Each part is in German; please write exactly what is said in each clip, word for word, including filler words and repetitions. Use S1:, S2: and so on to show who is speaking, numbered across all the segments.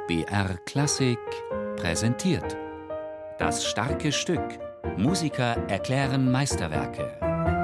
S1: B R Klassik präsentiert das starke Stück. Musiker erklären Meisterwerke.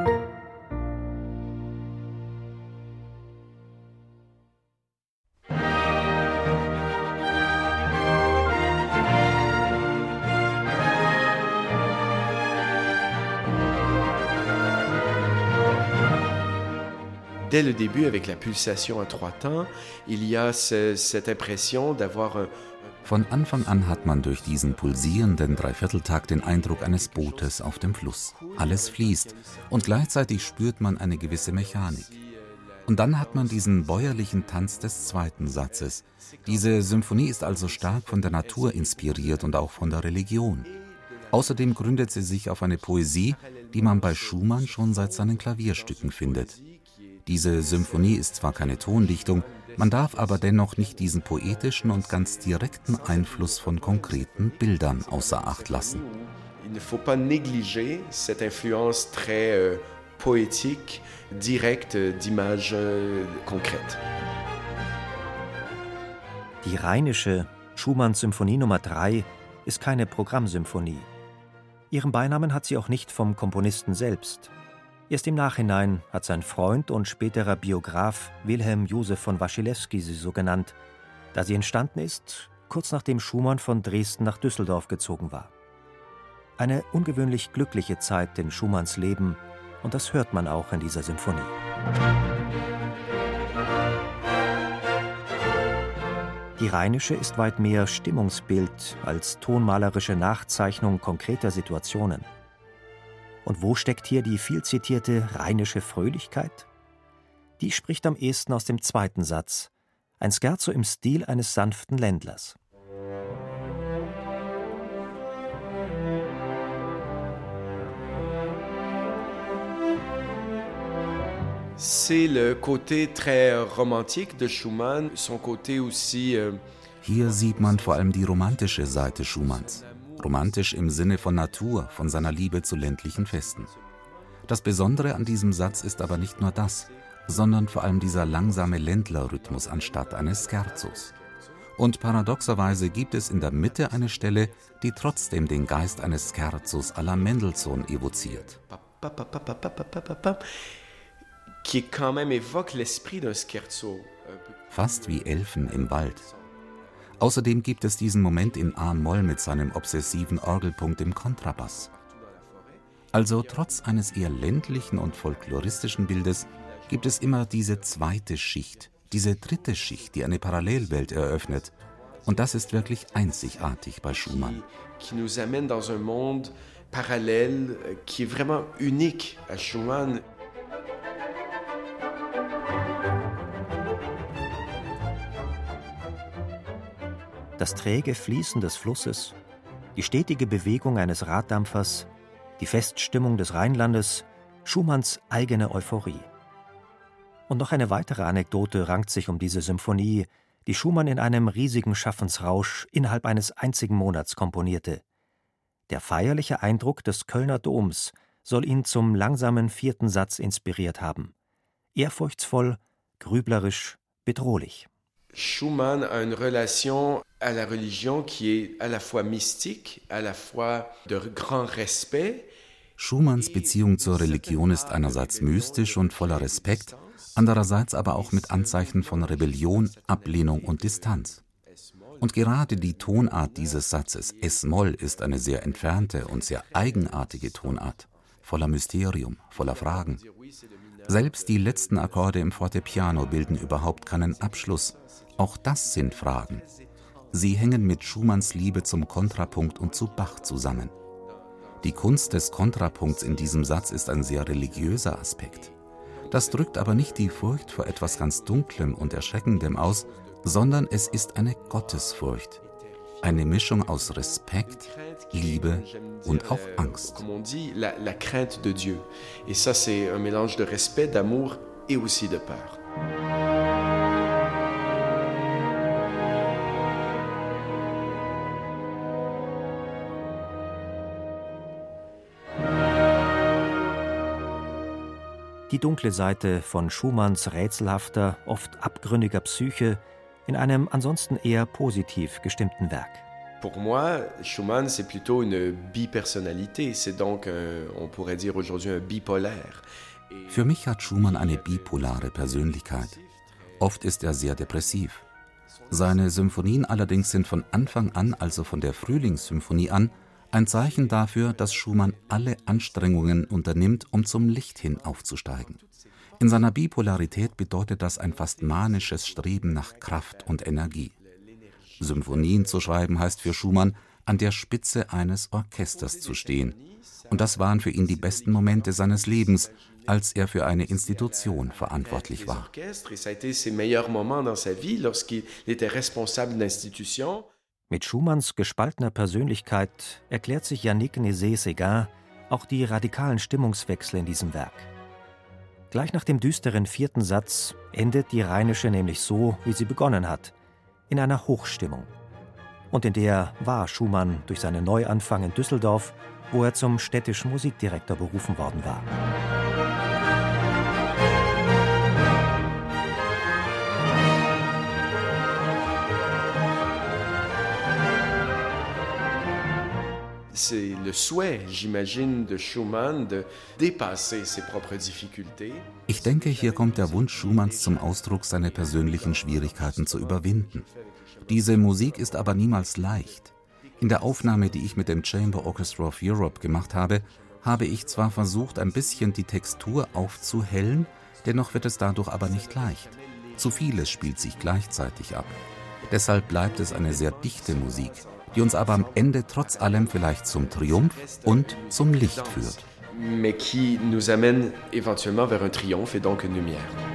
S2: Dès le début, avec la pulsation à trois temps, il y a ce, cette impression d'avoir un
S3: Von Anfang an hat man durch diesen pulsierenden Dreivierteltakt den Eindruck eines Bootes auf dem Fluss. Alles fließt und gleichzeitig spürt man eine gewisse Mechanik. Und dann hat man diesen bäuerlichen Tanz des zweiten Satzes. Diese Symphonie ist also stark von der Natur inspiriert und auch von der Religion. Außerdem gründet sie sich auf eine Poesie, die man bei Schumann schon seit seinen Klavierstücken findet. Diese Symphonie ist zwar keine Tondichtung, man darf aber dennoch nicht diesen poetischen und ganz direkten Einfluss von konkreten Bildern außer Acht lassen.
S2: Il ne faut pas négliger cette influence très euh, poétique, directe d'images euh, concrètes.
S4: Die Rheinische, Schumanns Symphonie Nummer drei, ist keine Programmsymphonie. Ihren Beinamen hat sie auch nicht vom Komponisten selbst. Erst im Nachhinein hat sein Freund und späterer Biograf Wilhelm Joseph von Wasilewski sie so genannt, da sie entstanden ist, kurz nachdem Schumann von Dresden nach Düsseldorf gezogen war. Eine ungewöhnlich glückliche Zeit in Schumanns Leben, und das hört man auch in dieser Symphonie. Die Rheinische ist weit mehr Stimmungsbild als tonmalerische Nachzeichnung konkreter Situationen. Und wo steckt hier die viel zitierte rheinische Fröhlichkeit? Die spricht am ehesten aus dem zweiten Satz, ein Scherzo im Stil eines sanften Ländlers.
S2: C'est le côté très romantique de Schumann, son côté aussi. Euh,
S3: Hier sieht man vor allem die romantische Seite Schumanns. Romantisch im Sinne von Natur, von seiner Liebe zu ländlichen Festen. Das Besondere an diesem Satz ist aber nicht nur das, sondern vor allem dieser langsame Ländlerrhythmus anstatt eines Scherzos. Und paradoxerweise gibt es in der Mitte eine Stelle, die trotzdem den Geist eines Scherzos à la Mendelssohn evoziert.
S2: Qui quand même évoque l'esprit d'un scherzo.
S3: Fast wie Elfen im Wald. Außerdem gibt es diesen Moment in A-Moll mit seinem obsessiven Orgelpunkt im Kontrabass. Also trotz eines eher ländlichen und folkloristischen Bildes gibt es immer diese zweite Schicht, diese dritte Schicht, die eine Parallelwelt eröffnet. Und das ist wirklich einzigartig bei Schumann.
S2: Qui nous amène dans un monde parallèle qui est vraiment unique à Schumann.
S4: Das träge Fließen des Flusses, die stetige Bewegung eines Raddampfers, die Feststimmung des Rheinlandes, Schumanns eigene Euphorie. Und noch eine weitere Anekdote rankt sich um diese Symphonie, die Schumann in einem riesigen Schaffensrausch innerhalb eines einzigen Monats komponierte. Der feierliche Eindruck des Kölner Doms soll ihn zum langsamen vierten Satz inspiriert haben. Ehrfurchtsvoll, grüblerisch, bedrohlich.
S2: Schumann a une relation à la religion qui est à la fois mystique, à la fois de grand respect.
S3: Schumanns Beziehung zur Religion ist einerseits mystisch und voller Respekt, andererseits aber auch mit Anzeichen von Rebellion, Ablehnung und Distanz. Und gerade die Tonart dieses Satzes, Es-Moll, ist eine sehr entfernte und sehr eigenartige Tonart, voller Mysterium, voller Fragen. Selbst die letzten Akkorde im Fortepiano bilden überhaupt keinen Abschluss. Auch das sind Fragen. Sie hängen mit Schumanns Liebe zum Kontrapunkt und zu Bach zusammen. Die Kunst des Kontrapunkts in diesem Satz ist ein sehr religiöser Aspekt. Das drückt aber nicht die Furcht vor etwas ganz Dunklem und Erschreckendem aus, sondern es ist eine Gottesfurcht. Eine Mischung aus Respekt, Liebe und auch Angst.
S2: Comme on dit, la, la crainte de Dieu. Et ça, c'est un mélange de respect, d'amour et aussi de peur.
S4: Die dunkle Seite von Schumanns rätselhafter, oft abgründiger Psyche in einem ansonsten eher positiv gestimmten Werk.
S2: Pour moi, Schumann, c'est plutôt une bipersonnalité. C'est donc, un, on pourrait dire aujourd'hui, un bipolaire.
S3: Für mich hat Schumann eine bipolare Persönlichkeit. Oft ist er sehr depressiv. Seine Symphonien allerdings sind von Anfang an, also von der Frühlingssymphonie an, ein Zeichen dafür, dass Schumann alle Anstrengungen unternimmt, um zum Licht hin aufzusteigen. In seiner Bipolarität bedeutet das ein fast manisches Streben nach Kraft und Energie. Symphonien zu schreiben heißt für Schumann, an der Spitze eines Orchesters zu stehen. Und das waren für ihn die besten Momente seines Lebens, als er für eine Institution verantwortlich war.
S4: Mit Schumanns gespaltener Persönlichkeit erklärt sich Yannick Nézet-Séguin auch die radikalen Stimmungswechsel in diesem Werk. Gleich nach dem düsteren vierten Satz endet die Rheinische nämlich so, wie sie begonnen hat, in einer Hochstimmung. Und in der war Schumann durch seinen Neuanfang in Düsseldorf, wo er zum städtischen Musikdirektor berufen worden war.
S2: C'est le souhait, j'imagine, de Schumann de dépasser ses propres difficultés.
S3: Ich denke, hier kommt der Wunsch Schumanns zum Ausdruck, seine persönlichen Schwierigkeiten zu überwinden. Diese Musik ist aber niemals leicht. In der Aufnahme, die ich mit dem Chamber Orchestra of Europe gemacht habe, habe ich zwar versucht, ein bisschen die Textur aufzuhellen, dennoch wird es dadurch aber nicht leicht. Zu vieles spielt sich gleichzeitig ab. Deshalb bleibt es eine sehr dichte Musik, die uns aber am Ende trotz allem vielleicht zum Triumph und zum Licht führt.
S2: Mais qui nous amène éventuellement vers un triomphe et donc une lumière.